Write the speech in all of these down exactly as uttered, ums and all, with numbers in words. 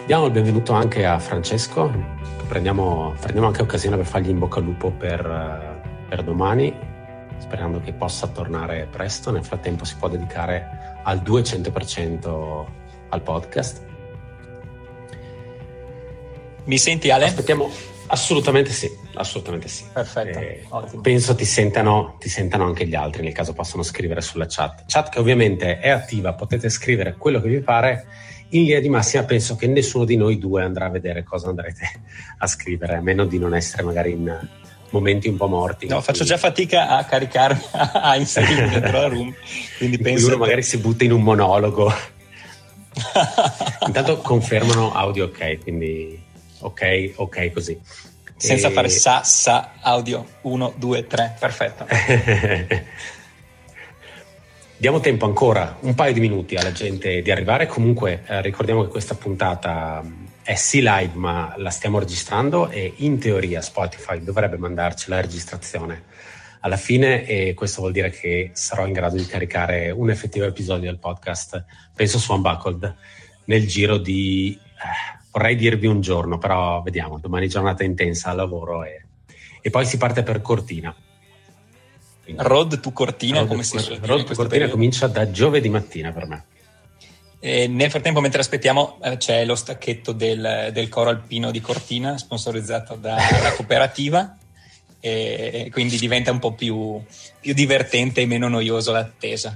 Diamo il benvenuto anche a Francesco. Prendiamo, prendiamo anche occasione per fargli in bocca al lupo per, per domani, sperando che possa tornare presto. Nel frattempo si può dedicare al duecento per cento al podcast. Mi senti, Ale? Aspettiamo, assolutamente sì, assolutamente sì. Perfetto, eh, ottimo. Penso ti sentano, ti sentano anche gli altri, nel caso possano scrivere sulla chat. Chat che ovviamente è attiva, potete scrivere quello che vi pare. In linea di massima penso che nessuno di noi due andrà a vedere cosa andrete a scrivere, a meno di non essere magari in momenti un po' morti. No, faccio già fatica a caricarmi, a inserirmi dentro la room, quindi in penso cui uno che... magari si butta in un monologo. Intanto confermano audio ok, quindi ok, ok così. Senza e... fare sa, sa, audio, uno, due, tre, perfetto. Diamo tempo ancora, un paio di minuti alla gente di arrivare. Comunque eh, ricordiamo che questa puntata è sì live, ma la stiamo registrando e in teoria Spotify dovrebbe mandarci la registrazione alla fine, e questo vuol dire che sarò in grado di caricare un effettivo episodio del podcast, penso su Unbuckled, nel giro di, eh, vorrei dirvi un giorno, però vediamo, domani giornata intensa al lavoro e, e poi si parte per Cortina. Quindi, Road to Cortina, road come si suol dire. Road in to questo Cortina periodo. comincia da giovedì mattina per me. E nel frattempo, mentre aspettiamo, eh, c'è lo stacchetto del, del coro alpino di Cortina, sponsorizzato dalla cooperativa, e quindi diventa un po' più, più divertente e meno noioso l'attesa.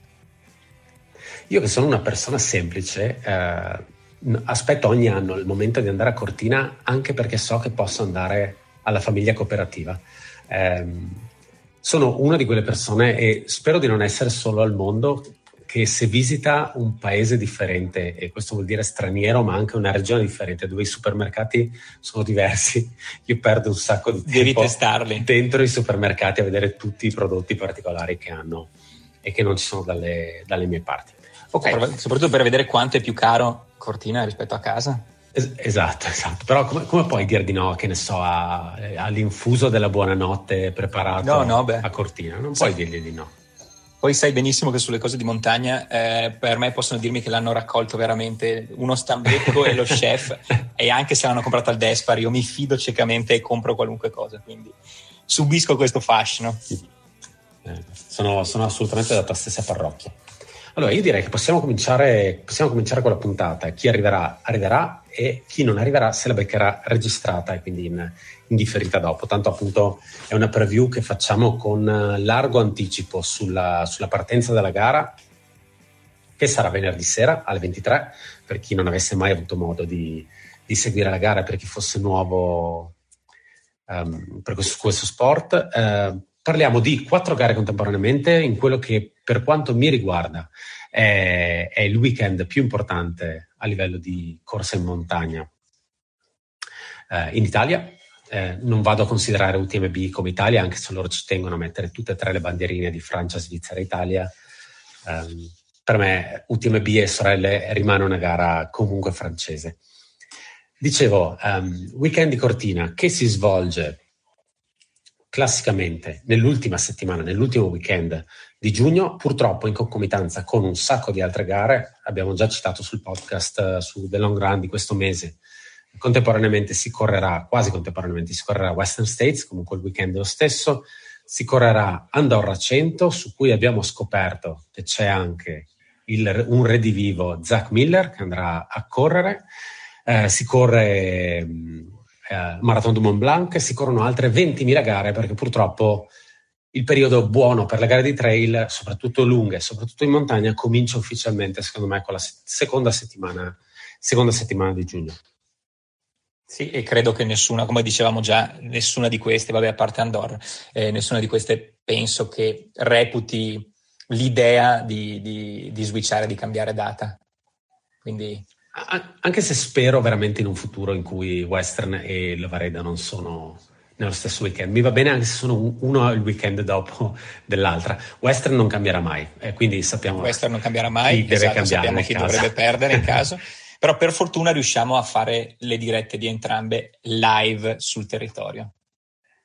Io che sono una persona semplice, eh, aspetto ogni anno il momento di andare a Cortina, anche perché so che posso andare alla famiglia cooperativa. Eh, sono una di quelle persone, e spero di non essere solo al mondo, che se visita un paese differente, e questo vuol dire straniero, ma anche una regione differente, dove i supermercati sono diversi, io perdo un sacco di tempo Devi testarli dentro i supermercati a vedere tutti i prodotti particolari che hanno e che non ci sono dalle, dalle mie parti. Okay. Soprattutto per vedere quanto è più caro Cortina rispetto a casa. Es- esatto, esatto. Però come, come puoi dire di no, che ne so, a, all'infuso della buonanotte preparato no, no, beh. a Cortina? Non Sai, puoi dirgli di no. Poi sai benissimo che sulle cose di montagna eh, per me possono dirmi che l'hanno raccolto veramente uno stambecco e lo chef, e anche se l'hanno comprato al Despar io mi fido ciecamente e compro qualunque cosa, quindi subisco questo fascino. Eh, sono, sono assolutamente della tua stessa parrocchia. Allora io direi che possiamo cominciare, possiamo cominciare con la puntata. Chi arriverà arriverà, e chi non arriverà se la beccherà registrata e quindi in, in differita dopo. Tanto appunto è una preview che facciamo con largo anticipo sulla, sulla partenza della gara, che sarà venerdì sera alle ventitré, per chi non avesse mai avuto modo di, di seguire la gara, per chi fosse nuovo um, per questo, questo sport. Uh, parliamo di quattro gare contemporaneamente in quello che, per quanto mi riguarda, è, è il weekend più importante a livello di corsa in montagna eh, in Italia. Eh, non vado a considerare U T M B come Italia, anche se loro ci tengono a mettere tutte e tre le bandierine di Francia, Svizzera e Italia. Um, per me U T M B e sorelle rimane una gara comunque francese. Dicevo, um, weekend di Cortina che si svolge classicamente nell'ultima settimana, nell'ultimo weekend di giugno, purtroppo in concomitanza con un sacco di altre gare. Abbiamo già citato sul podcast uh, su The Long Run di questo mese. Contemporaneamente si correrà, quasi contemporaneamente si correrà Western States, comunque il weekend è lo stesso. Si correrà Andorra cento, su cui abbiamo scoperto che c'è anche il, un redivivo, Zach Miller, che andrà a correre. Eh, si corre Uh, Marathon du Mont Blanc, si corrono altre ventimila gare, perché purtroppo il periodo buono per le gare di trail, soprattutto lunghe, soprattutto in montagna, comincia ufficialmente secondo me con la se- seconda settimana seconda settimana di giugno. Sì, e credo che nessuna, come dicevamo già, nessuna di queste, vabbè, a parte Andorra, eh, nessuna di queste penso che reputi l'idea di, di, di switchare, di cambiare data. Quindi anche se spero veramente in un futuro in cui Western e Lovareda non sono nello stesso weekend. Mi va bene anche se sono uno il weekend dopo dell'altra. Western non cambierà mai, eh, quindi sappiamo Western non cambierà mai, chi deve esatto, cambiare, sappiamo chi caso. dovrebbe perdere in caso. Però per fortuna riusciamo a fare le dirette di entrambe live sul territorio.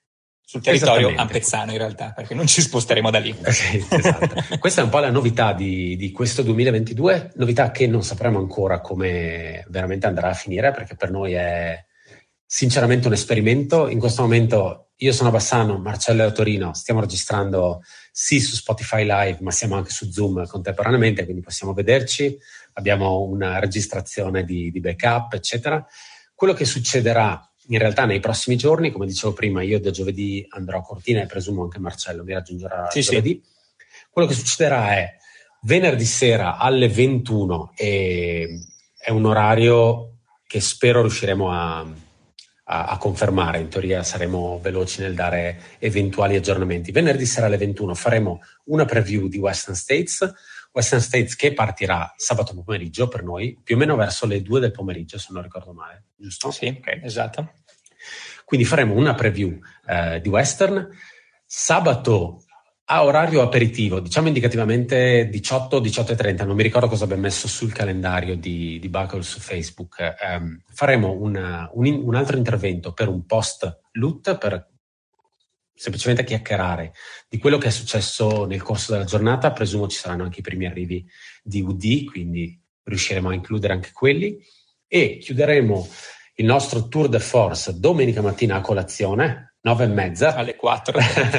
sul territorio ampezzano in realtà, perché non ci sposteremo da lì. Okay, esatto. Questa è un po' la novità di, di questo duemilaventidue, novità che non sapremo ancora come veramente andrà a finire, perché per noi è sinceramente un esperimento. In questo momento io sono a Bassano, Marcello è a Torino, stiamo registrando sì su Spotify Live, ma siamo anche su Zoom contemporaneamente, quindi possiamo vederci, abbiamo una registrazione di, di backup, eccetera. Quello che succederà in realtà nei prossimi giorni, come dicevo prima, io da giovedì andrò a Cortina e presumo anche Marcello mi raggiungerà sì, giovedì. Sì. Quello che succederà è venerdì sera alle ventuno, e è un orario che spero riusciremo a, a, a confermare. In teoria saremo veloci nel dare eventuali aggiornamenti. Venerdì sera alle ventuno faremo una preview di Western States, Western States che partirà sabato pomeriggio per noi, più o meno verso le due del pomeriggio, se non ricordo male, giusto? Sì, okay, esatto. Quindi faremo una preview eh, di Western. Sabato a orario aperitivo, diciamo indicativamente diciotto diciotto e trenta, non mi ricordo cosa abbiamo messo sul calendario di, di Buckle su Facebook. Eh, faremo una, un, un altro intervento per un post loot, per semplicemente chiacchierare di quello che è successo nel corso della giornata. Presumo ci saranno anche i primi arrivi di U D, quindi riusciremo a includere anche quelli, e chiuderemo il nostro tour de force domenica mattina a colazione, nove e mezza. Alle quattro.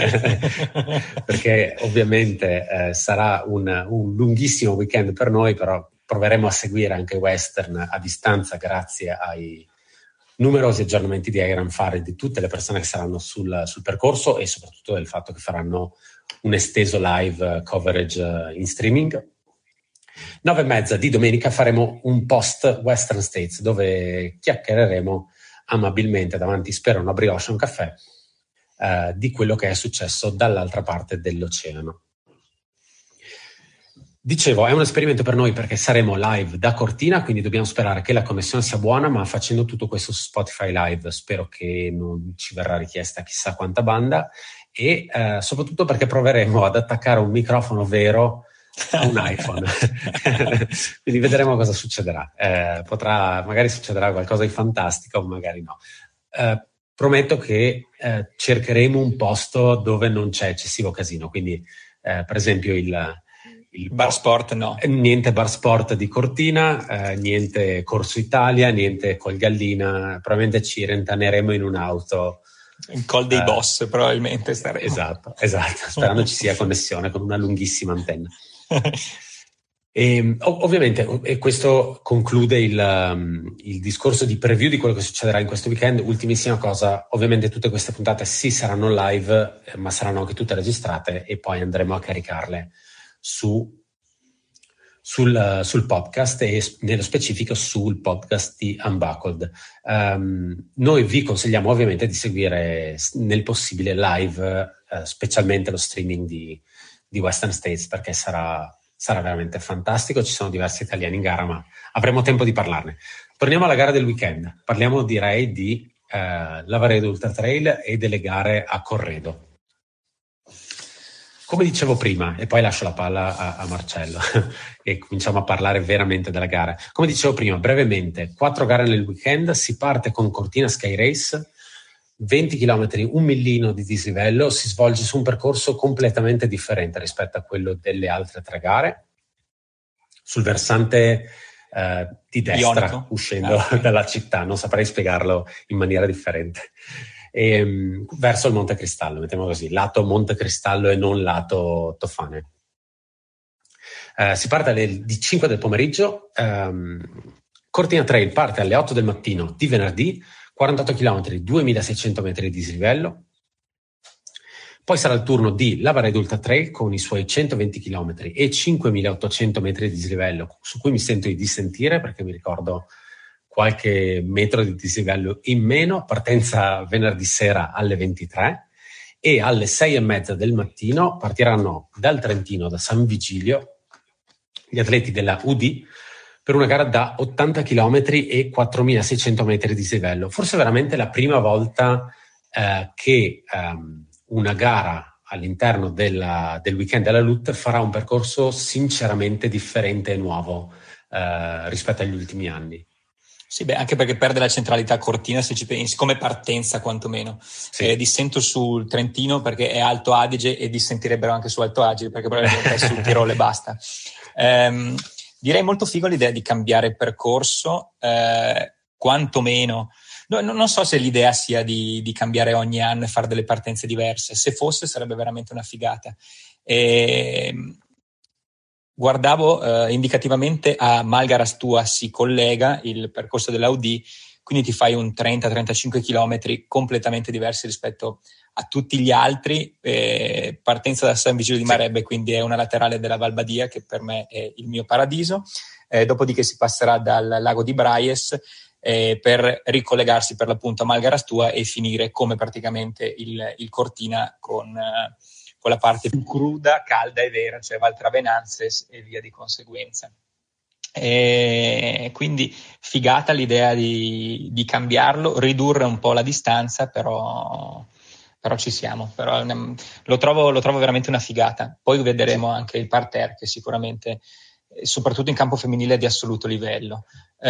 Perché ovviamente eh, sarà un, un lunghissimo weekend per noi, però proveremo a seguire anche Western a distanza grazie ai numerosi aggiornamenti di Iron Fire e di tutte le persone che saranno sul, sul percorso, e soprattutto del fatto che faranno un esteso live coverage in streaming. Nove e mezza di domenica faremo un post Western States dove chiacchiereremo amabilmente davanti, spero, a una brioche e un caffè eh, di quello che è successo dall'altra parte dell'oceano. Dicevo, è un esperimento per noi perché saremo live da Cortina, quindi dobbiamo sperare che la connessione sia buona, ma facendo tutto questo su Spotify Live spero che non ci verrà richiesta chissà quanta banda, e eh, soprattutto perché proveremo ad attaccare un microfono vero a un iPhone. Quindi vedremo cosa succederà. Eh, potrà, magari succederà qualcosa di fantastico, magari no. Eh, prometto che eh, cercheremo un posto dove non c'è eccessivo casino, quindi eh, per esempio il Il bar sport no. Niente bar sport di Cortina, eh, niente Corso Italia, niente Col Gallina, probabilmente ci rentaneremo in un'auto. Il Col dei eh, Boss probabilmente staremo. Esatto, esatto, sperando ci sia connessione con una lunghissima antenna. E, ov- ovviamente, e questo conclude il, um, il discorso di preview di quello che succederà in questo weekend. Ultimissima cosa, ovviamente tutte queste puntate sì saranno live, eh, ma saranno anche tutte registrate e poi andremo a caricarle su, sul, sul podcast, e nello specifico sul podcast di Unbuckled. Um, noi vi consigliamo ovviamente di seguire nel possibile live, uh, specialmente lo streaming di, di Western States, perché sarà, sarà veramente fantastico. Ci sono diversi italiani in gara, ma avremo tempo di parlarne. Torniamo alla gara del weekend. Parliamo, direi, di uh, Lavaredo Ultra Trail e delle gare a Corredo. Come dicevo prima, e poi lascio la palla a, a Marcello e cominciamo a parlare veramente della gara. Come dicevo prima, brevemente, quattro gare nel weekend. Si parte con Cortina Sky Race, venti chilometri, un millino di dislivello. Si svolge su un percorso completamente differente rispetto a quello delle altre tre gare, sul versante eh, di destra, Ionico, uscendo ah, okay. dalla città. Non saprei spiegarlo in maniera differente. E, um, verso il Monte Cristallo, mettiamo così, lato Monte Cristallo e non lato Tofane. Uh, si parte alle cinque del pomeriggio. um, Cortina Trail parte alle otto del mattino di venerdì, quarantotto chilometri, duemilaseicento metri di dislivello. Poi sarà il turno di Lavaredo Ultra Trail con i suoi centoventi chilometri e cinquemilaottocento metri di dislivello, su cui mi sento di dissentire perché mi ricordo qualche metro di dislivello in meno. Partenza venerdì sera alle ventitré, e alle sei e mezza del mattino partiranno dal Trentino, da San Vigilio, gli atleti della U D per una gara da ottanta chilometri e quattromilaseicento metri di dislivello. Forse veramente la prima volta eh, che um, una gara all'interno della, del weekend della L U T farà un percorso sinceramente differente e nuovo eh, rispetto agli ultimi anni. Sì, beh, anche perché perde la centralità Cortina, se ci pensi, come partenza quantomeno. Sì. Eh, dissento sul Trentino perché è Alto Adige e dissentirebbero anche su Alto Adige perché probabilmente è sul Tirolo e basta. Eh, direi molto figo l'idea di cambiare percorso, eh, quantomeno. No, non so se l'idea sia di, di cambiare ogni anno e fare delle partenze diverse. Se fosse sarebbe veramente una figata. E guardavo eh, indicativamente a Malgarastua si collega il percorso dell'Audi, quindi ti fai un trenta trentacinque chilometri completamente diversi rispetto a tutti gli altri, eh, partenza da San Vigilio di Marebbe, quindi è una laterale della Val Badia che per me è il mio paradiso, eh, dopodiché si passerà dal lago di Braies eh, per ricollegarsi per l'appunto a Malgarastua e finire come praticamente il, il Cortina con... Eh, con la parte più cruda, calda e vera, cioè Val Travenanzes e via di conseguenza. E quindi figata l'idea di, di cambiarlo, ridurre un po' la distanza, però, però ci siamo. Però una, lo, trovo, lo trovo veramente una figata. Poi vedremo anche il parterre, che sicuramente, soprattutto in campo femminile, è di assoluto livello.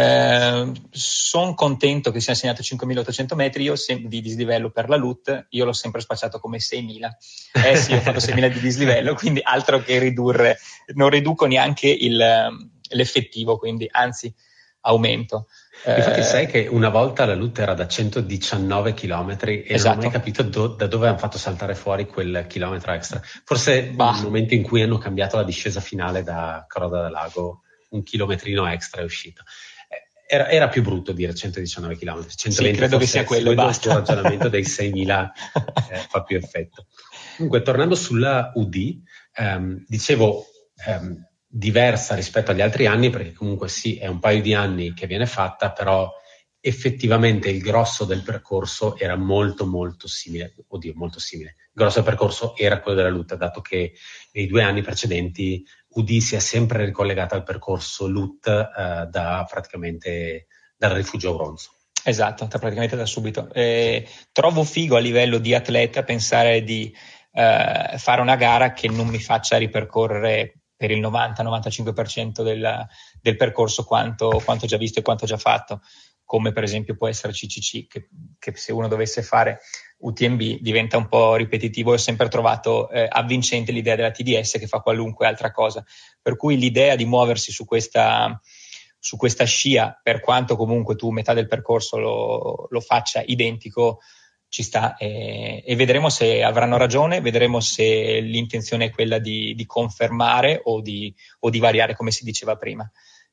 Eh, sono contento che sia assegnato cinquemilaottocento metri io sem- di dislivello per la L U T, io l'ho sempre spacciato come seimila. Eh sì, ho fatto seimila di dislivello, quindi altro che ridurre, non riduco neanche il, l'effettivo, quindi anzi aumento. Infatti eh, sai che una volta la L U T era da centodiciannove chilometri e esatto. non ho mai capito do- da dove hanno fatto saltare fuori quel chilometro extra. Forse bah. nel momento in cui hanno cambiato la discesa finale da Croda del Lago, un chilometrino extra è uscito. Era, era più brutto dire centodiciannove chilometri, centoventi, sì, credo forse, che sia quello, seguendo basta. il tuo ragionamento dei seimila eh, fa più effetto. Comunque, tornando sulla U D, ehm, dicevo ehm, diversa rispetto agli altri anni, perché comunque sì, è un paio di anni che viene fatta, però effettivamente il grosso del percorso era molto molto simile, oddio molto simile, il grosso del percorso era quello della L U T, dato che nei due anni precedenti U D si è sempre ricollegata al percorso L U T eh, da praticamente dal rifugio Auronzo. Esatto, praticamente da subito. Eh, trovo figo a livello di atleta pensare di eh, fare una gara che non mi faccia ripercorrere per il novanta novantacinque per cento del, del percorso quanto, quanto già visto e quanto già fatto, come per esempio può essere C C C, che, che se uno dovesse fare U T M B diventa un po' ripetitivo. Ho sempre trovato eh, avvincente l'idea della T D S che fa qualunque altra cosa, per cui l'idea di muoversi su questa su questa scia, per quanto comunque tu metà del percorso lo, lo faccia identico, ci sta e, e vedremo se avranno ragione, vedremo se l'intenzione è quella di, di confermare o di, o di variare come si diceva prima.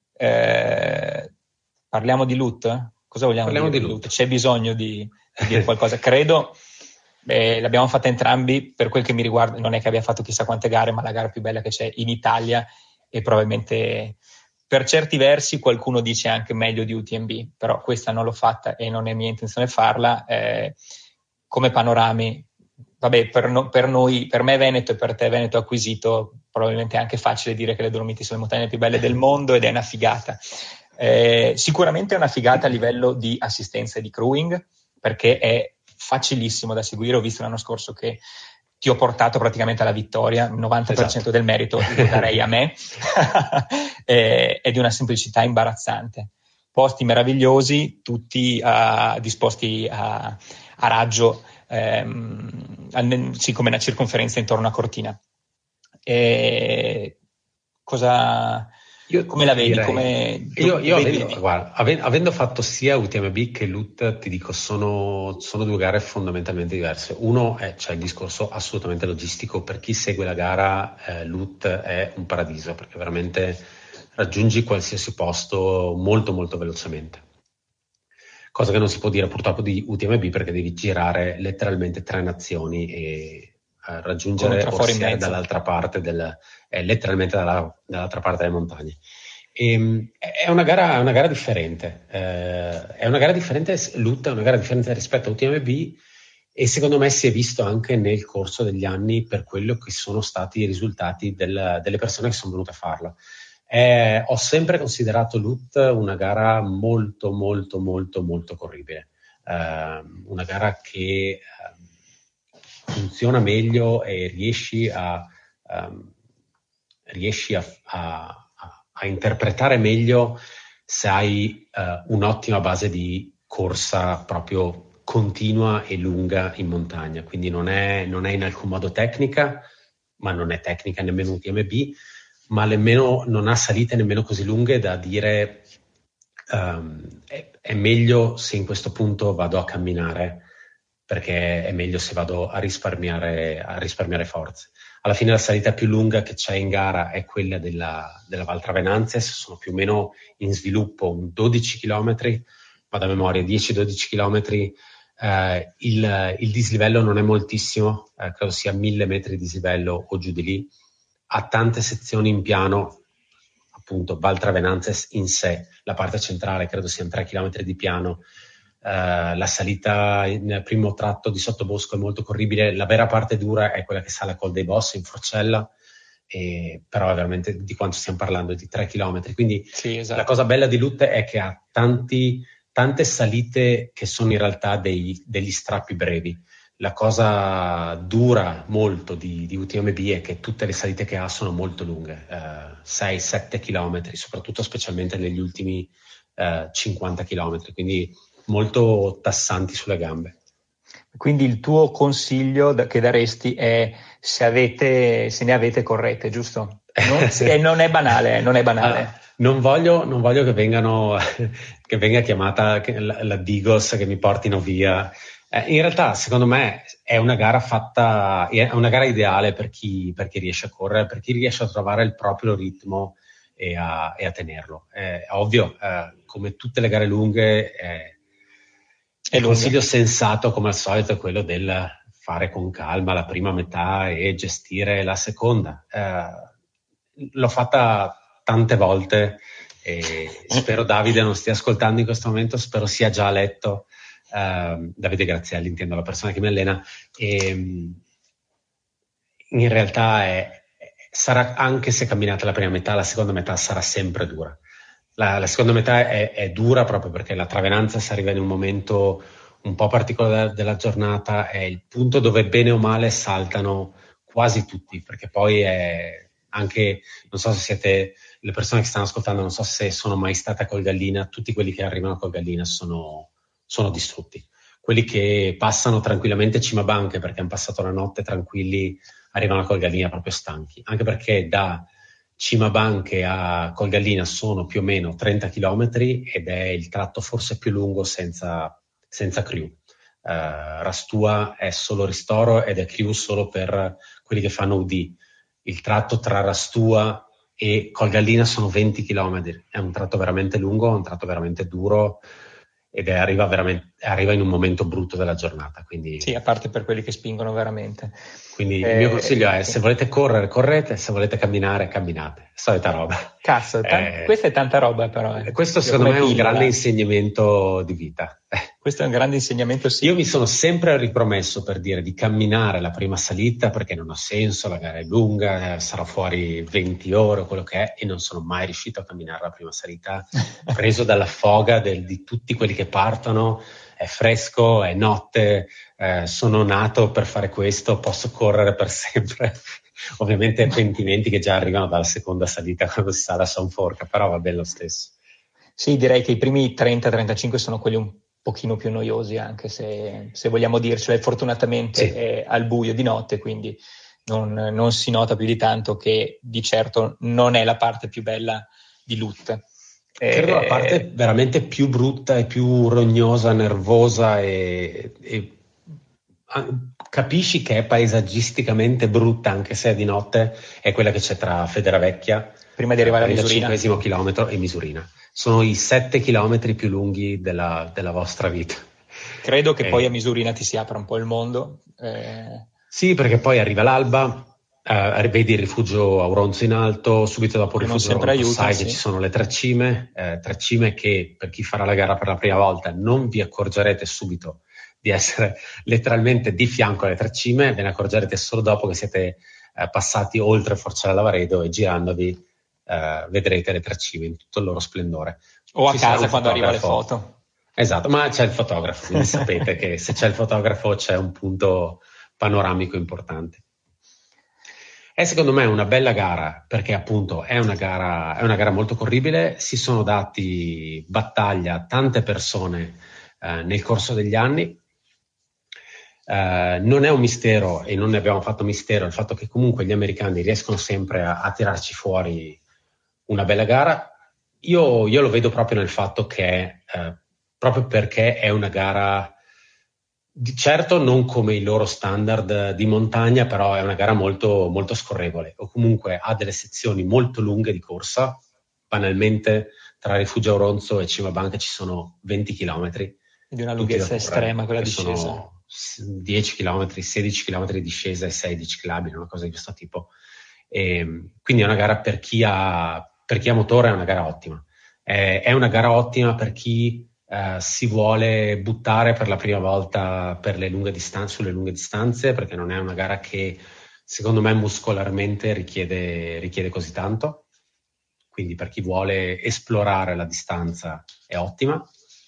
Eh, parliamo di L U T? Cosa vogliamo Parliamo dire di di L U T? L U T? C'è bisogno di, di dire qualcosa? Credo, eh, l'abbiamo fatta entrambi, per quel che mi riguarda non è che abbia fatto chissà quante gare, ma la gara più bella che c'è in Italia e probabilmente per certi versi qualcuno dice anche meglio di U T M B, però questa non l'ho fatta e non è mia intenzione farla. Eh, come panorami, vabbè, per, no, per noi, per me Veneto e per te Veneto acquisito, probabilmente è anche facile dire che le Dolomiti sono le montagne più belle del mondo ed è una figata. Eh, sicuramente è una figata a livello di assistenza e di crewing, perché è facilissimo da seguire. Ho visto l'anno scorso che ti ho portato praticamente alla vittoria, il novanta per cento esatto. Del merito lo darei a me, è, è di una semplicità imbarazzante. Posti meravigliosi, tutti uh, disposti a, a raggio, ehm, sì, come una circonferenza intorno a Cortina. E cosa... Io come la vedi? Direi, come, io, io vedi avendo, guarda, avendo fatto sia U T M B che L U T, ti dico, sono, sono due gare fondamentalmente diverse. Uno è c'è il discorso assolutamente logistico. Per chi segue la gara, eh, L U T è un paradiso, perché veramente raggiungi qualsiasi posto molto molto velocemente. Cosa che non si può dire purtroppo di U T M B, perché devi girare letteralmente tre nazioni e uh, raggiungere Orsiere dall'altra parte del, eh, letteralmente dalla, dall'altra parte delle montagne. E, è una gara, è una gara differente, eh, è una gara differente, L U T è una gara differente rispetto a U T M B, e secondo me si è visto anche nel corso degli anni per quello che sono stati i risultati del, delle persone che sono venute a farla. Eh, ho sempre considerato L U T una gara molto molto molto molto corribile, eh, una gara che eh, funziona meglio e riesci a um, riesci a, a, a interpretare meglio se hai uh, un'ottima base di corsa proprio continua e lunga in montagna. Quindi non è, non è in alcun modo tecnica, ma non è tecnica nemmeno un T M B, ma nemmeno, non ha salite nemmeno così lunghe da dire um, è, è meglio se in questo punto vado a camminare, perché è meglio se vado a risparmiare, a risparmiare forze. Alla fine la salita più lunga che c'è in gara è quella della, della Val Travenanzes, sono più o meno in sviluppo un dodici chilometri, ma da memoria dieci dodici chilometri. Eh, il, il dislivello non è moltissimo, eh, credo sia mille metri di dislivello o giù di lì, ha tante sezioni in piano, appunto Val Travenanzes in sé, la parte centrale credo siano tre chilometri di piano. Uh, la salita nel primo tratto di sottobosco è molto corribile, la vera parte dura è quella che sale a Col dei Boss in Forcella, e, però è veramente di quanto stiamo parlando, di tre chilometri, quindi sì, esatto. La cosa bella di Lutte è che ha tanti, tante salite che sono in realtà dei, degli strappi brevi. La cosa dura molto di, di U T M B è che tutte le salite che ha sono molto lunghe, uh, sei sette chilometri, soprattutto specialmente negli ultimi uh, cinquanta chilometri, quindi molto tassanti sulle gambe. Quindi il tuo consiglio che daresti è se avete, se ne avete correte, giusto? Non, e non è banale, non è banale. Ah, non voglio, non voglio che vengano che venga chiamata la, la Digos, che mi portino via. Eh, in realtà, secondo me, è una gara fatta, è una gara ideale per chi, per chi riesce a correre, per chi riesce a trovare il proprio ritmo e a, e a tenerlo. È ovvio, eh, come tutte le gare lunghe, eh, il consiglio sensato, come al solito, è quello del fare con calma la prima metà e gestire la seconda. Eh, l'ho fatta tante volte e spero Davide non stia ascoltando in questo momento, spero sia già a letto. Uh, Davide Grazielli, intendo la persona che mi allena, e in realtà è, sarà, anche se camminate la prima metà, la seconda metà sarà sempre dura. La, la seconda metà è, è dura proprio perché la Travenanza si arriva in un momento un po' particolare della giornata, è il punto dove bene o male saltano quasi tutti, perché poi è anche, non so se siete le persone che stanno ascoltando, non so se sono mai state a Colgallina, tutti quelli che arrivano a Colgallina sono, sono distrutti. Quelli che passano tranquillamente Cimabanche perché hanno passato la notte tranquilli arrivano a Colgallina proprio stanchi, anche perché da Cimabanche a Colgallina sono più o meno trenta chilometri ed è il tratto forse più lungo senza, senza crew. Uh, Rastua è solo ristoro ed è crew solo per quelli che fanno U D. Il tratto tra Rastua e Colgallina sono venti chilometri, è un tratto veramente lungo, un tratto veramente duro ed è, arriva, veramente, arriva in un momento brutto della giornata. Quindi, sì, a parte per quelli che spingono veramente. Quindi eh, il mio consiglio è: sì, se volete correre, correte, se volete camminare, camminate. Solita roba. Cazzo, tan- eh, questa è tanta roba però. Eh. Questo secondo me è un grande insegnamento di vita. Questo è un grande insegnamento, sì. Io mi sono sempre ripromesso, per dire, di camminare la prima salita perché non ha senso, la gara è lunga, eh, sarò fuori venti ore o quello che è, e non sono mai riuscito a camminare la prima salita, preso dalla foga del, di tutti quelli che partono. È fresco, è notte, eh, sono nato per fare questo, posso correre per sempre. Ovviamente pentimenti che già arrivano dalla seconda salita quando si sale a Sonforca, però va bene lo stesso. Sì, direi che i primi trenta trentacinque sono quelli un pochino più noiosi, anche se, se vogliamo dircelo, e fortunatamente sì, è al buio di notte, quindi non, non si nota più di tanto, che di certo non è la parte più bella di Lutte. Credo la parte veramente più brutta e più rognosa, nervosa e, e capisci che è paesaggisticamente brutta anche se è di notte, è quella che c'è tra Federavecchia, prima di arrivare a Misurina, trentacinquesimo chilometro, e Misurina. Sono i sette chilometri più lunghi della, della vostra vita. Credo che eh. poi a Misurina ti si apra un po' il mondo. Eh... Sì, perché poi arriva l'alba, Uh, vedi il rifugio Auronzo in alto, subito dopo il rifugio Auronzo aiuta, sai sì, che ci sono le tre cime, eh, tre cime che per chi farà la gara per la prima volta non vi accorgerete subito di essere letteralmente di fianco alle tre cime, ve ne accorgerete solo dopo che siete eh, passati oltre Forcella Lavaredo e girandovi eh, vedrete le tre cime in tutto il loro splendore. O ci a casa quando arriva le foto. Esatto, ma c'è il fotografo, quindi sapete che se c'è il fotografo c'è un punto panoramico importante. È secondo me una bella gara, perché appunto è una gara, è una gara molto corribile, si sono dati battaglia tante persone eh, nel corso degli anni. Eh, non è un mistero, e non ne abbiamo fatto mistero, il fatto che comunque gli americani riescono sempre a, a tirarci fuori una bella gara. Io, io lo vedo proprio nel fatto che, eh, proprio perché è una gara, di certo non come i loro standard di montagna, però è una gara molto, molto scorrevole, o comunque ha delle sezioni molto lunghe di corsa. Banalmente tra Rifugio Auronzo e Cimabanca ci sono venti chilometri, di una lunghezza estrema quella discesa. Sono dieci chilometri, sedici chilometri di discesa e sei di ciclabile, una cosa di questo tipo. E quindi è una gara per chi ha, per chi ha motore, è una gara ottima. È, è una gara ottima per chi Uh, si vuole buttare per la prima volta per le lunghe distanze, sulle lunghe distanze, perché non è una gara che secondo me muscolarmente richiede, richiede così tanto. Quindi per chi vuole esplorare la distanza è ottima.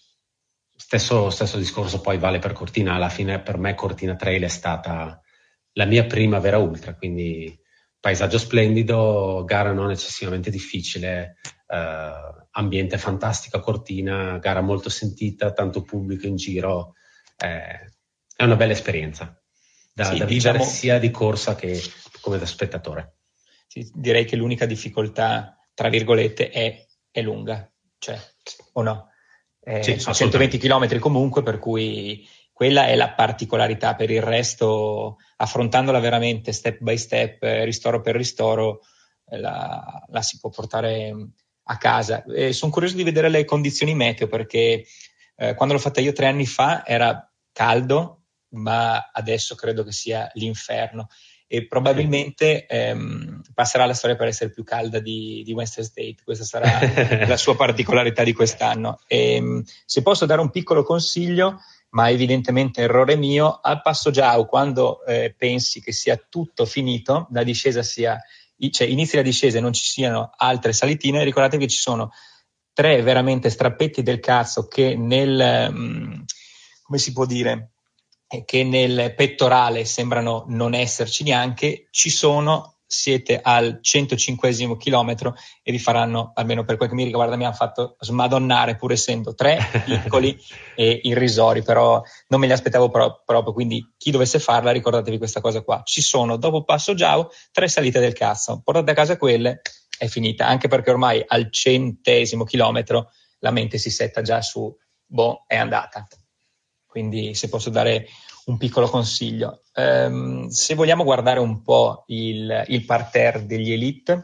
Stesso, stesso discorso poi vale per Cortina. Alla fine per me Cortina Trail è stata la mia prima vera ultra, quindi paesaggio splendido, gara non eccessivamente difficile, eh, ambiente fantastico a Cortina, gara molto sentita, tanto pubblico in giro, eh, è una bella esperienza da, sì, da diciamo, vivere sia di corsa che come da spettatore. Sì, direi che l'unica difficoltà, tra virgolette, è, è lunga, cioè, o no? Eh, Sì, sono centoventi chilometri comunque, per cui quella è la particolarità. Per il resto, affrontandola veramente step by step, ristoro per ristoro, la, la si può portare a casa. Eh, sono curioso di vedere le condizioni meteo, perché eh, quando l'ho fatta io tre anni fa era caldo, ma adesso credo che sia l'inferno. E probabilmente ehm, passerà la storia per essere più calda di, di Western State. Questa sarà la sua particolarità di quest'anno. E, se posso dare un piccolo consiglio, ma evidentemente errore mio, al Passo Giau, quando eh, pensi che sia tutto finito, la discesa sia, cioè inizi la discesa e non ci siano altre salitine, ricordatevi che ci sono tre veramente strappetti del cazzo che nel, mh, come si può dire, che nel pettorale sembrano non esserci neanche, ci sono, siete al centocinquesimo chilometro e vi faranno, almeno per quel che mi riguarda, mi hanno fatto smadonnare, pur essendo tre piccoli e irrisori, però non me li aspettavo pro- proprio, quindi chi dovesse farla ricordatevi questa cosa qua. Ci sono, dopo Passo Giau, tre salite del cazzo, portate a casa quelle, è finita, anche perché ormai al centesimo chilometro la mente si setta già su, boh, è andata. Quindi se posso dare un piccolo consiglio. Um, se vogliamo guardare un po' il, il parterre degli elite,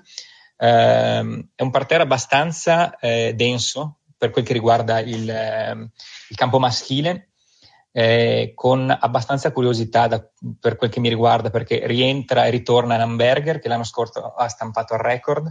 um, è un parterre abbastanza eh, denso per quel che riguarda il, eh, il campo maschile, eh, con abbastanza curiosità da, per quel che mi riguarda, perché rientra e ritorna Namberger, che l'anno scorso ha stampato il record,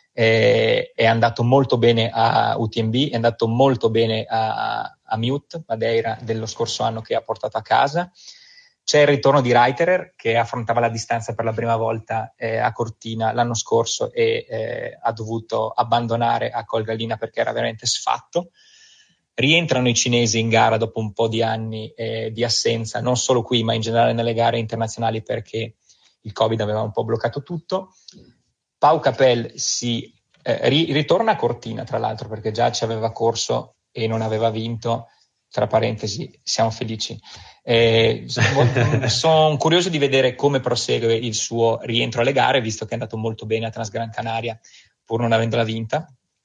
eh, è andato molto bene a U T M B, è andato molto bene a, a Mute, Madeira, dello scorso anno, che ha portato a casa. C'è il ritorno di Reiterer, che affrontava la distanza per la prima volta eh, a Cortina l'anno scorso e eh, ha dovuto abbandonare a Colgallina perché era veramente sfatto. Rientrano i cinesi in gara dopo un po' di anni eh, di assenza, non solo qui ma in generale nelle gare internazionali, perché il Covid aveva un po' bloccato tutto. Pau Capel si eh, ri- ritorna a Cortina, tra l'altro, perché già ci aveva corso e non aveva vinto. Tra parentesi, siamo felici. Eh, sono curioso di vedere come prosegue il suo rientro alle gare, visto che è andato molto bene a Transgran Canaria, pur non avendola vinta.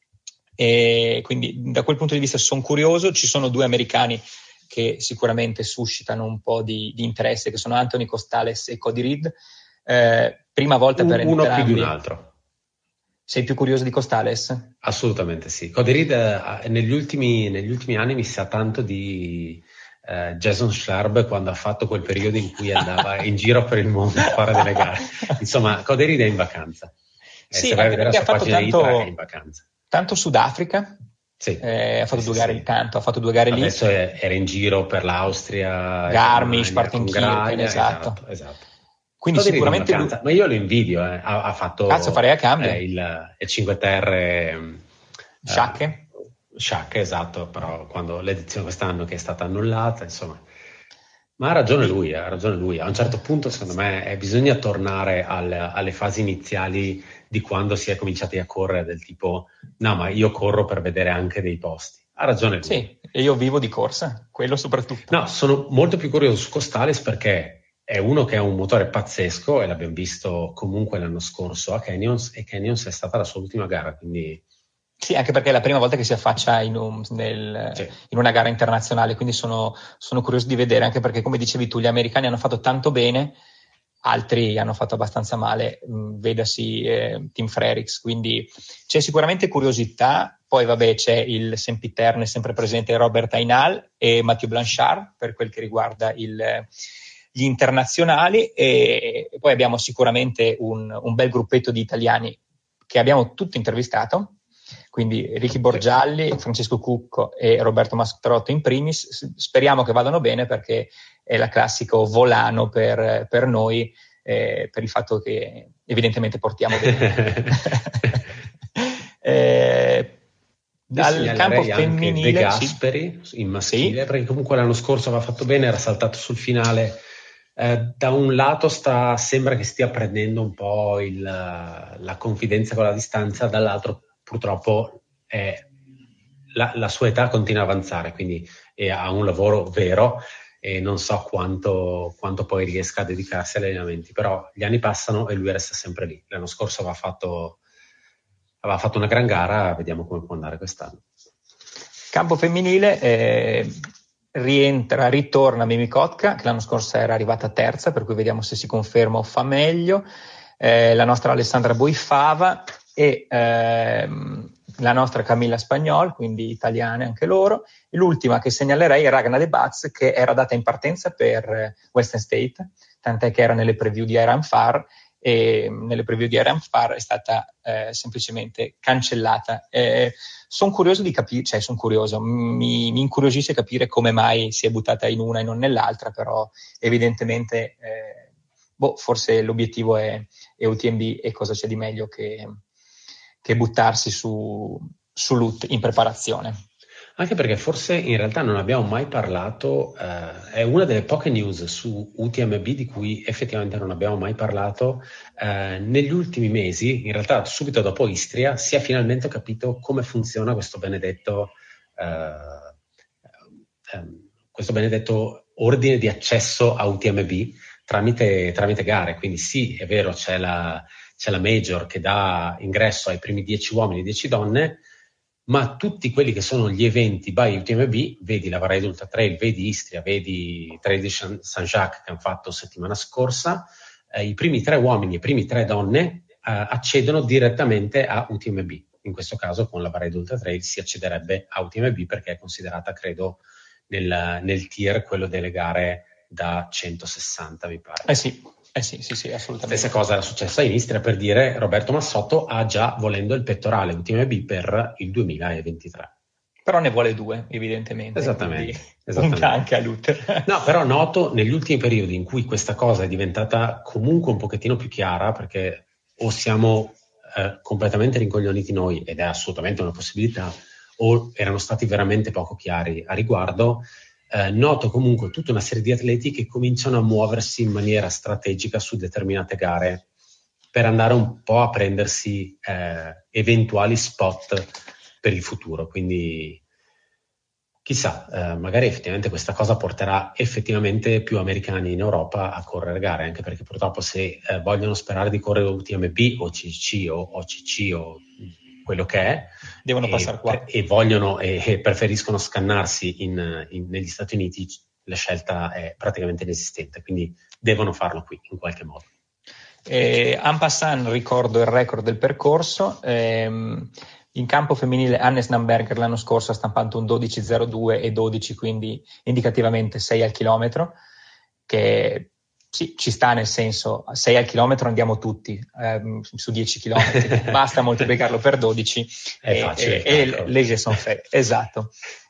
E quindi da quel punto di vista sono curioso. Ci sono due americani che sicuramente suscitano un po' di, di interesse, che sono Anthony Costales e Cody Reed. Eh, prima volta per Uno entrambi. più di un altro. Sei più curioso di Costales? Assolutamente sì. Cody Reed eh, negli, ultimi, negli ultimi anni mi sa tanto di eh, Jason Schlarb, quando ha fatto quel periodo in cui andava in giro per il mondo a fare delle gare. Insomma, Cody Reed è in vacanza. Eh, sì, se vai a vedere la sua ha fatto pagina tanto, Itra è in vacanza. Tanto Sudafrica. Sì, eh, ha fatto sì, due sì, gare sì. di tanto, ha fatto due gare Adesso lì. Adesso era in giro per l'Austria, Garmisch, Germania, con Graglia, esatto. esatto, esatto. Quindi Cody sicuramente in vacanza, lui... ma io lo invidio, eh. ha, ha fatto Cazzo, farei a cambio. Eh, il, il cinque Terre Sciacche? Eh, Sciacche, esatto, però quando l'edizione quest'anno che è stata annullata, insomma. Ma ha ragione lui, ha ragione lui. A un certo punto, secondo me, eh, bisogna tornare al, alle fasi iniziali di quando si è cominciati a correre, del tipo, no, ma io corro per vedere anche dei posti. Ha ragione lui. Sì, e io vivo di corsa, quello soprattutto. No, sono molto più curioso su Costales perché è uno che ha un motore pazzesco e l'abbiamo visto comunque l'anno scorso a Canyons, e Canyons è stata la sua ultima gara, quindi Sì, anche perché è la prima volta che si affaccia in, un, nel, sì. in una gara internazionale, quindi sono, sono curioso di vedere, anche perché come dicevi tu, gli americani hanno fatto tanto bene, altri hanno fatto abbastanza male, mh, vedasi eh, Tim Frerichs, quindi c'è sicuramente curiosità. Poi vabbè c'è il sempiterne sempre presente Robert Aynal e Mathieu Blanchard per quel che riguarda il, gli internazionali, e, e poi abbiamo sicuramente un, un bel gruppetto di italiani che abbiamo tutti intervistato, quindi Ricky Borgialli, Francesco Cucco e Roberto Mastrotto in primis. Speriamo che vadano bene, perché è il classico volano per, per noi, eh, per il fatto che evidentemente portiamo bene. eh, dal campo femminile anche De Gasperi sì. in maschile, Sì. perché comunque l'anno scorso aveva fatto bene, era saltato sul finale. Eh, da un lato sta, sembra che stia prendendo un po' il, la confidenza con la distanza, dall'altro purtroppo eh, la, la sua età continua a avanzare, quindi eh, ha un lavoro vero e non so quanto, quanto poi riesca a dedicarsi agli allenamenti, però gli anni passano e lui resta sempre lì. L'anno scorso aveva fatto, aveva fatto una gran gara, vediamo come può andare quest'anno. Campo femminile eh, rientra, ritorna Mimi Kotka, che l'anno scorso era arrivata terza, per cui vediamo se si conferma o fa meglio, eh, la nostra Alessandra Boifava e ehm, la nostra Camilla Spagnol, quindi italiane anche loro. E l'ultima che segnalerei è Ragna De Baz, che era data in partenza per Western State, tant'è che era nelle preview di Iron Far, e nelle preview di Iron Far è stata eh, semplicemente cancellata. Eh, sono curioso di capire, cioè sono curioso, mi, mi incuriosisce capire come mai si è buttata in una e non nell'altra, però evidentemente eh, boh, forse l'obiettivo è, è U T M B, e cosa c'è di meglio che, che buttarsi su, sull'U T in preparazione. Anche perché forse in realtà non abbiamo mai parlato, eh, è una delle poche news su U T M B di cui effettivamente non abbiamo mai parlato. Eh, negli ultimi mesi, in realtà subito dopo Istria, si è finalmente capito come funziona questo benedetto, eh, ehm, questo benedetto ordine di accesso a U T M B tramite, tramite gare. Quindi sì, è vero, c'è la, c'è la major che dà ingresso ai primi dieci uomini e dieci donne, ma tutti quelli che sono gli eventi by U T M B, vedi la Varese Ultra Trail, vedi Istria, vedi Trail di Saint-Jacques che hanno fatto settimana scorsa, eh, i primi tre uomini e i primi tre donne eh, accedono direttamente a U T M B. In questo caso con la Varese Ultra Trail si accederebbe a U T M B perché è considerata, credo, nel, nel tier quello delle gare da centosessanta, mi pare. Eh sì. Eh sì, sì, sì, assolutamente. Stessa cosa era successa in Istria, per dire, Roberto Massotto ha già volendo il pettorale U T M B per il duemilaventitré. Però ne vuole due, evidentemente. Esattamente. Esattamente. Punta anche a Luther. No, però noto negli ultimi periodi in cui questa cosa è diventata comunque un pochettino più chiara, perché o siamo eh, completamente rincoglioniti noi, ed è assolutamente una possibilità, o erano stati veramente poco chiari a riguardo. Eh, noto comunque tutta una serie di atleti che cominciano a muoversi in maniera strategica su determinate gare per andare un po' a prendersi eh, eventuali spot per il futuro. Quindi chissà, eh, magari effettivamente questa cosa porterà effettivamente più americani in Europa a correre gare, anche perché purtroppo se eh, vogliono sperare di correre U T M B o C C o O C C o quello che è, devono e, passare qua e vogliono e, e preferiscono scannarsi in, in, negli Stati Uniti, la scelta è praticamente inesistente, quindi devono farlo qui in qualche modo. Eh, en passant ricordo il record del percorso. ehm, in campo femminile Hannes Namberger l'anno scorso ha stampato un dodici zero due e dodici, quindi indicativamente sei al chilometro, che sì, ci sta, nel senso sei al chilometro andiamo tutti ehm, su dieci chilometri, basta moltiplicarlo per dodici è e, facile, e, e les jeux sont faits. Esatto.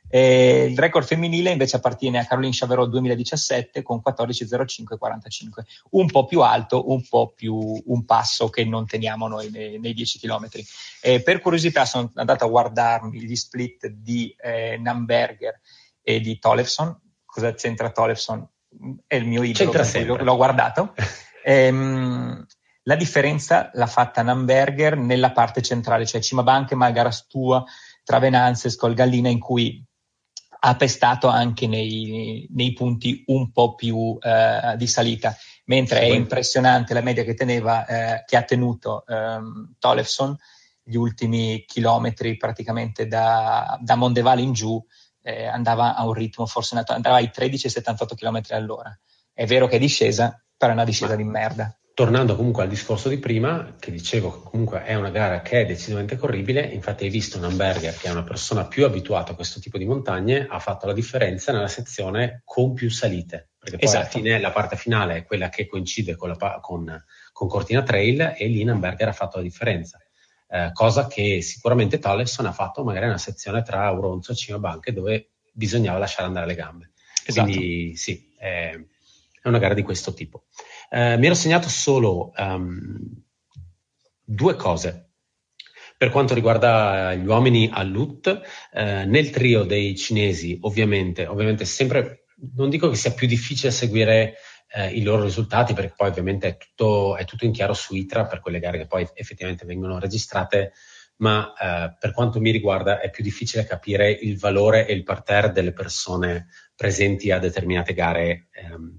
E il record femminile invece appartiene a Caroline Chaverot duemiladiciassette con quattordici zero cinque quarantacinque, un po' più alto, un po' più un passo che non teniamo noi nei, nei dieci chilometri. E per curiosità sono andato a guardarmi gli split di eh, Namberger e di Tollefson. Cosa c'entra Tollefson? è il mio idolo, per cui l'ho, l'ho guardato. ehm, la differenza l'ha fatta Namberger nella parte centrale, cioè Cimabank, Malgarastua, Travenanze, Scolgallina, in cui ha pestato anche nei, nei punti un po' più eh, di salita, mentre sì, è impressionante la media che teneva, eh, che ha tenuto ehm, Tollefson gli ultimi chilometri praticamente da, da Mondeval in giù, eh, andava a un ritmo forse andava ai tredici virgola settantotto chilometri all'ora. È vero che è discesa, però è una discesa Ma, di merda. Tornando comunque al discorso di prima, che dicevo che comunque è una gara che è decisamente corribile, infatti hai visto un Namberger che è una persona più abituata a questo tipo di montagne, ha fatto la differenza nella sezione con più salite, perché poi esatto. alla fine la parte finale è quella che coincide con, la, con, con Cortina Trail e lì Namberger ha fatto la differenza. Eh, cosa che sicuramente Tollefson ha fatto magari nella sezione tra Auronzo e Cimabank, dove bisognava lasciare andare le gambe. Esatto. Quindi sì, è, è una gara di questo tipo. Eh, mi ero segnato solo um, due cose. Per quanto riguarda gli uomini a L U T, eh, nel trio dei cinesi, ovviamente, ovviamente sempre, non dico che sia più difficile seguire Eh, i loro risultati, perché poi ovviamente è tutto, è tutto in chiaro su I T R A per quelle gare che poi effettivamente vengono registrate, ma eh, per quanto mi riguarda è più difficile capire il valore e il parterre delle persone presenti a determinate gare ehm,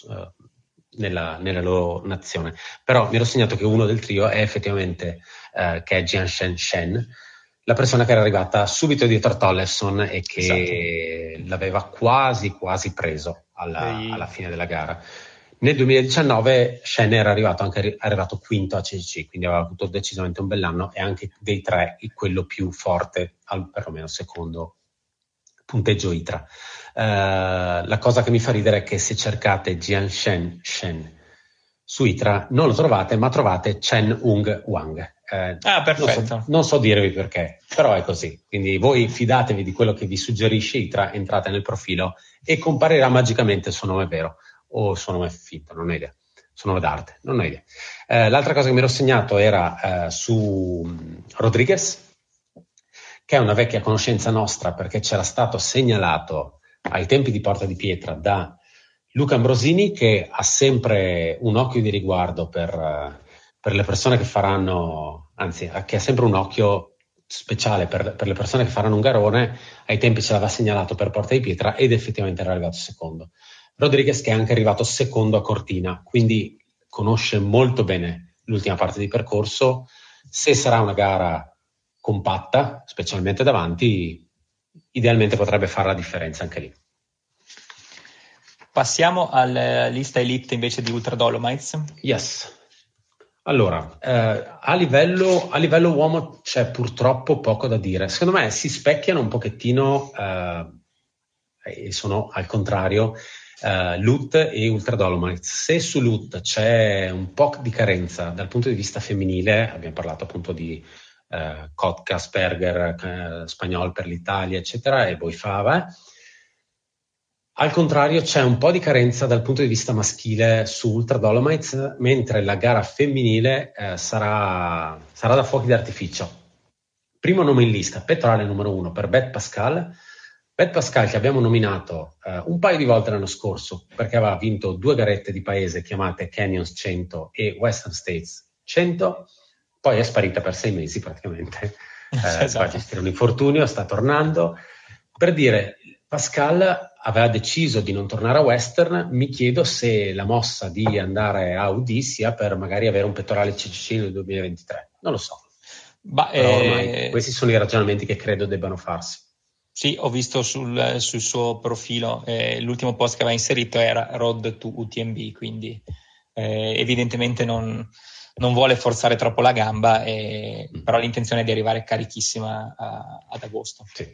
nella, nella loro nazione. Però mi ero segnato che uno del trio è effettivamente eh, che è Jian Shen Shen, la persona che era arrivata subito dietro a Tollefson e che esatto. l'aveva quasi quasi preso alla, Ehi. alla fine della gara. Nel duemiladiciannove Shen era arrivato anche arrivato quinto a C C C, quindi aveva avuto decisamente un bell'anno e anche dei tre quello più forte, al perlomeno secondo punteggio I T R A. Uh, la cosa che mi fa ridere è che se cercate Jian Shen Shen su I T R A non lo trovate, ma trovate Chen Hung Wang. Eh, ah, perfetto. Non so, non so dirvi perché, però è così. Quindi voi fidatevi di quello che vi suggerisce I T R A, entrate nel profilo e comparirà magicamente il suo nome vero o il suo nome finto, non ho idea. Suo nome d'arte, non ho idea. Eh, l'altra cosa che mi ero segnato era eh, su Rodriguez, che è una vecchia conoscenza nostra perché c'era stato segnalato ai tempi di Porta di Pietra da Luca Ambrosini, che ha sempre un occhio di riguardo per, per le persone che faranno, anzi, che ha sempre un occhio speciale per, per le persone che faranno un garone. Ai tempi ce l'aveva segnalato per Porta di Pietra ed effettivamente era arrivato secondo. Rodriguez, che è anche arrivato secondo a Cortina, quindi conosce molto bene l'ultima parte di percorso. Se sarà una gara compatta, specialmente davanti, idealmente potrebbe fare la differenza anche lì. Passiamo alla lista elite invece di Ultra Dolomites. Yes. Allora, eh, a, livello, a livello uomo c'è purtroppo poco da dire. Secondo me si specchiano un pochettino, eh, e sono al contrario, eh, L U T e Ultra Dolomites. Se su L U T c'è un po' di carenza dal punto di vista femminile, abbiamo parlato appunto di eh, Kotka, Asperger, eh, Spagnol per l'Italia, eccetera, e Boifava. Al contrario c'è un po' di carenza dal punto di vista maschile su Ultra Dolomites, mentre la gara femminile eh, sarà, sarà da fuochi d'artificio. Primo nome in lista, pettorale numero uno per Beth Pascal. Beth Pascal che abbiamo nominato eh, un paio di volte l'anno scorso perché aveva vinto due garette di paese chiamate Canyons cento e Western States cento, poi è sparita per sei mesi praticamente, eh, esatto. Va a gestire un infortunio, sta tornando. Per dire, Pascal aveva deciso di non tornare a Western, mi chiedo se la mossa di andare a U D sia per magari avere un pettorale C C C nel duemilaventitré, non lo so. Bah, Però ormai eh... questi sono i ragionamenti che credo debbano farsi. Sì, ho visto sul, sul suo profilo, eh, l'ultimo post che aveva inserito era Road to U T M B, quindi eh, evidentemente non, non vuole forzare troppo la gamba, eh, mm. però l'intenzione è di arrivare carichissima a, ad agosto. Sì.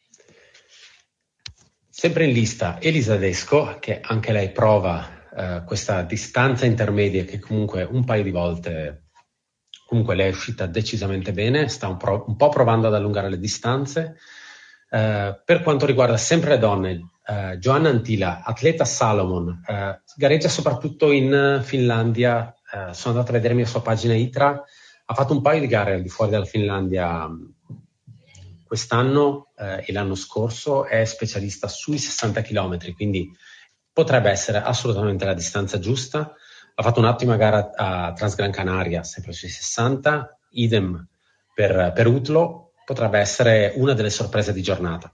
Sempre in lista Elisa Desco, che anche lei prova eh, questa distanza intermedia che comunque un paio di volte comunque lei è uscita decisamente bene, sta un, pro- un po' provando ad allungare le distanze. Uh, per quanto riguarda sempre le donne, uh, Joanna Antila, atleta Salomon, uh, gareggia soprattutto in Finlandia. Uh, sono andato a vedermi la sua pagina I T R A, ha fatto un paio di gare al di fuori dalla Finlandia um, quest'anno uh, e l'anno scorso, è specialista sui sessanta chilometri, quindi potrebbe essere assolutamente la distanza giusta. Ha fatto un'ottima gara a Transgran Canaria, sempre sui sessanta, idem per, per Utlo, potrebbe essere una delle sorprese di giornata.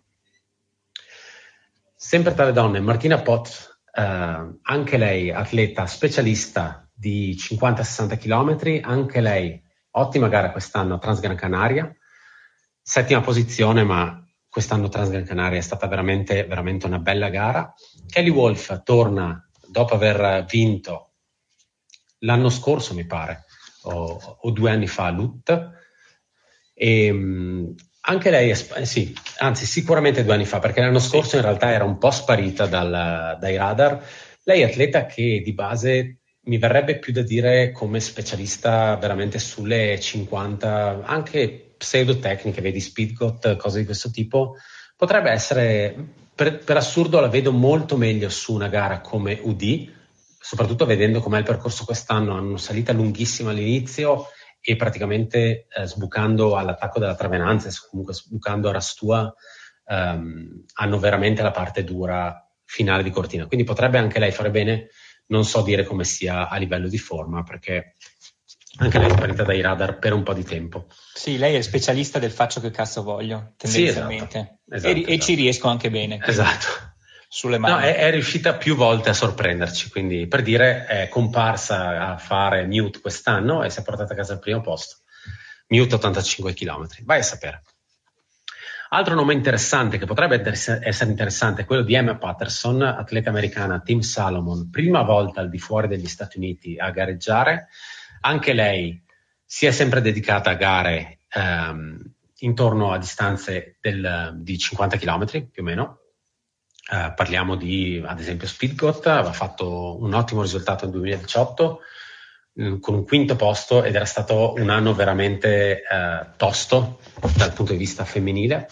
Sempre tra le donne, Martina Pot, eh, anche lei atleta specialista di cinquanta sessanta chilometri, anche lei ottima gara quest'anno a Transgran Canaria, settima posizione, ma quest'anno Transgran Canaria è stata veramente, veramente una bella gara. Kelly Wolf torna dopo aver vinto l'anno scorso, mi pare, o, o due anni fa a Lut, e mh, anche lei, è, eh, sì, anzi sicuramente due anni fa, perché l'anno scorso in realtà era un po' sparita dal, dai radar. Lei è atleta che di base mi verrebbe più da dire come specialista veramente sulle cinquanta, anche pseudotecniche, vedi Speedgot, cose di questo tipo. Potrebbe essere, per, per assurdo la vedo molto meglio su una gara come U D, soprattutto vedendo com'è il percorso quest'anno. Hanno una salita lunghissima all'inizio e praticamente eh, sbucando all'attacco della Travenanza, comunque sbucando a Rastua, ehm, hanno veramente la parte dura finale di Cortina. Quindi potrebbe anche lei fare bene, non so dire come sia a livello di forma, perché anche lei è sparita dai radar per un po' di tempo. Sì, lei è specialista del faccio che cazzo voglio, tendenzialmente. Sì, esatto, esatto, e, esatto. e ci riesco anche bene. Esatto. Sulle mani. No, è, è riuscita più volte a sorprenderci, quindi per dire è comparsa a fare Mute quest'anno e si è portata a casa al primo posto. Mute ottantacinque chilometri, vai a sapere. Altro nome interessante che potrebbe essere interessante è quello di Emma Patterson, atleta americana Team Salomon, prima volta al di fuori degli Stati Uniti a gareggiare. Anche lei si è sempre dedicata a gare ehm, intorno a distanze del, di cinquanta chilometri più o meno. Uh, parliamo di, ad esempio, Speedgot, aveva fatto un ottimo risultato nel duemiladiciotto mh, con un quinto posto, ed era stato un anno veramente uh, tosto dal punto di vista femminile.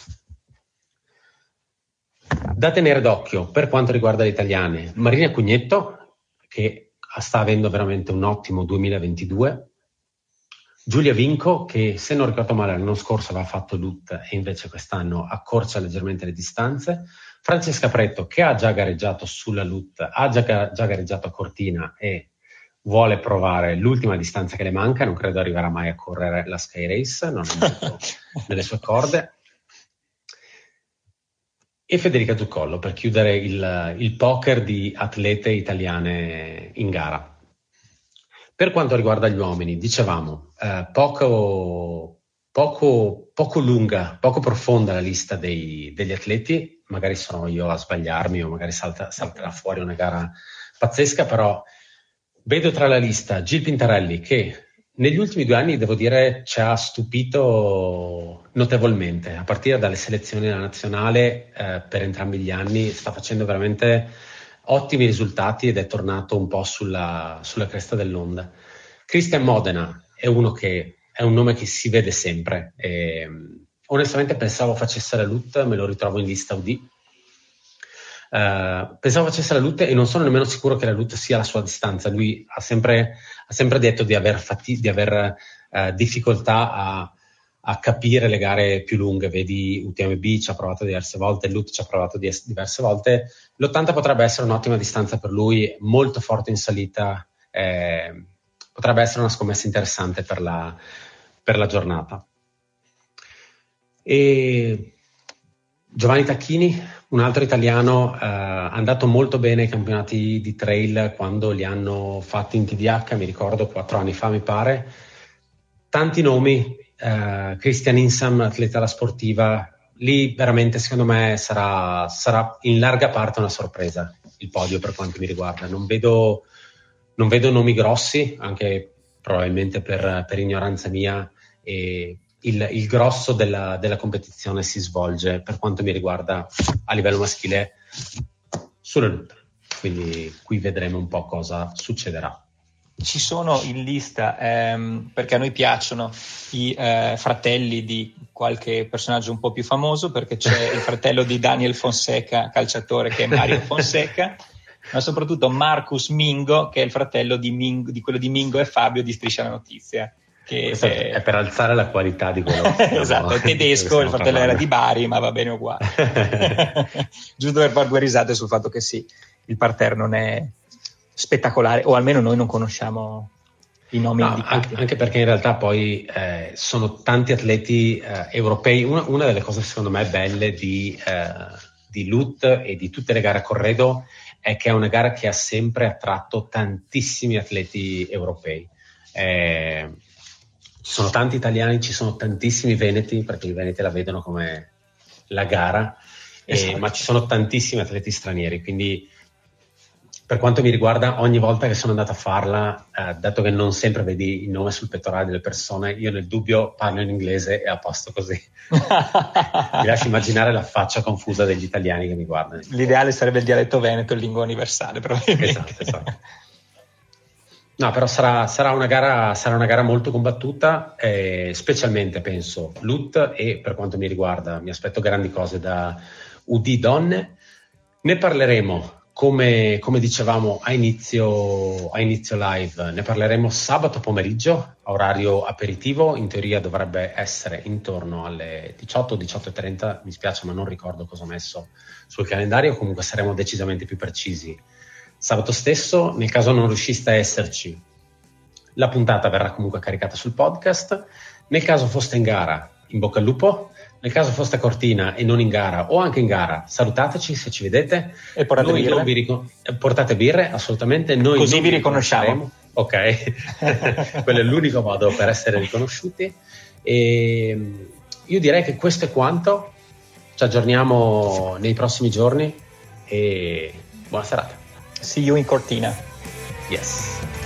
Da tenere d'occhio per quanto riguarda le italiane, Marina Cugnetto, che sta avendo veramente un ottimo duemilaventidue, Giulia Vinco, che se non ricordo male l'anno scorso aveva fatto Lut e invece quest'anno accorcia leggermente le distanze, Francesca Pretto, che ha già gareggiato sulla Lut, ha già, già gareggiato a Cortina e vuole provare l'ultima distanza che le manca, non credo arriverà mai a correre la Sky Race, non è molto nelle sue corde. E Federica Zuccollo, per chiudere il, il poker di atlete italiane in gara. Per quanto riguarda gli uomini, dicevamo, eh, poco, poco, poco lunga, poco profonda la lista dei, degli atleti, magari sono io a sbagliarmi o magari salta, salterà fuori una gara pazzesca, però vedo tra la lista Gil Pintarelli, che negli ultimi due anni, devo dire, ci ha stupito notevolmente, a partire dalle selezioni della nazionale eh, per entrambi gli anni, sta facendo veramente ottimi risultati ed è tornato un po' sulla, sulla cresta dell'onda. Christian Modena è uno che è un nome che si vede sempre e, onestamente pensavo facesse la Lut, me lo ritrovo in lista U D. Uh, pensavo facesse la Lut e non sono nemmeno sicuro che la Lut sia la sua distanza. Lui ha sempre, ha sempre detto di aver, fatti, di aver uh, difficoltà a, a capire le gare più lunghe. Vedi U T M B ci ha provato diverse volte, Lut ci ha provato di, diverse volte. L'ottanta potrebbe essere un'ottima distanza per lui, molto forte in salita, eh, potrebbe essere una scommessa interessante per la, per la giornata. E Giovanni Tacchini, un altro italiano, eh, è andato molto bene ai campionati di trail quando li hanno fatti in T D H, mi ricordo quattro anni fa mi pare. Tanti nomi, eh, Christian Insam, atleta alla sportiva, lì veramente secondo me sarà, sarà in larga parte una sorpresa il podio per quanto mi riguarda. Non vedo, non vedo nomi grossi, anche probabilmente per, per ignoranza mia, e il, il grosso della, della competizione si svolge per quanto mi riguarda a livello maschile sulla Lut, quindi qui vedremo un po' cosa succederà. Ci sono in lista, ehm, perché a noi piacciono i eh, fratelli di qualche personaggio un po' più famoso, perché c'è il fratello di Daniel Fonseca, calciatore, che è Mario Fonseca, ma soprattutto Marcus Mingo, che è il fratello di, Mingo, di quello di Mingo e Fabio di Striscia la Notizia. Che Questo è, è per alzare la qualità di quello che esatto, è tedesco, il fratello parlando. Era di Bari, ma va bene uguale. Giusto per fare due risate sul fatto che sì. il parterre non è spettacolare, o almeno noi non conosciamo i nomi no, indicati. Anche, anche perché in realtà poi eh, sono tanti atleti eh, europei. Una, una delle cose secondo me belle di, eh, di L U T e di tutte le gare a corredo è che è una gara che ha sempre attratto tantissimi atleti europei. Eh, ci sono tanti italiani, ci sono tantissimi veneti, perché i veneti la vedono come la gara, esatto. eh, ma ci sono tantissimi atleti stranieri, quindi per quanto mi riguarda, ogni volta che sono andato a farla, eh, dato che non sempre vedi il nome sul pettorale delle persone, io nel dubbio parlo in inglese e a posto così. Mi lascio immaginare la faccia confusa degli italiani che mi guardano. L'ideale sarebbe il dialetto veneto, in lingua universale, probabilmente. Esatto, esatto. No, però sarà, sarà, una gara, sarà una gara molto combattuta, eh, specialmente penso L U T, e per quanto mi riguarda mi aspetto grandi cose da U D donne. Ne parleremo. Come, come dicevamo a inizio, a inizio live, ne parleremo sabato pomeriggio, a orario aperitivo, in teoria dovrebbe essere intorno alle diciotto, diciotto e trenta, mi spiace ma non ricordo cosa ho messo sul calendario, comunque saremo decisamente più precisi. Sabato stesso, nel caso non riusciste a esserci, la puntata verrà comunque caricata sul podcast. Nel caso foste in gara, in bocca al lupo. Nel caso foste a Cortina e non in gara, o anche in gara, salutateci se ci vedete. E portate Noi birre. Non vi ricon- portate birre, assolutamente. Noi Così non vi riconosciamo. Ok, quello è l'unico modo per essere riconosciuti. E io direi che questo è quanto. Ci aggiorniamo nei prossimi giorni e buona serata. See you in Cortina. Yes.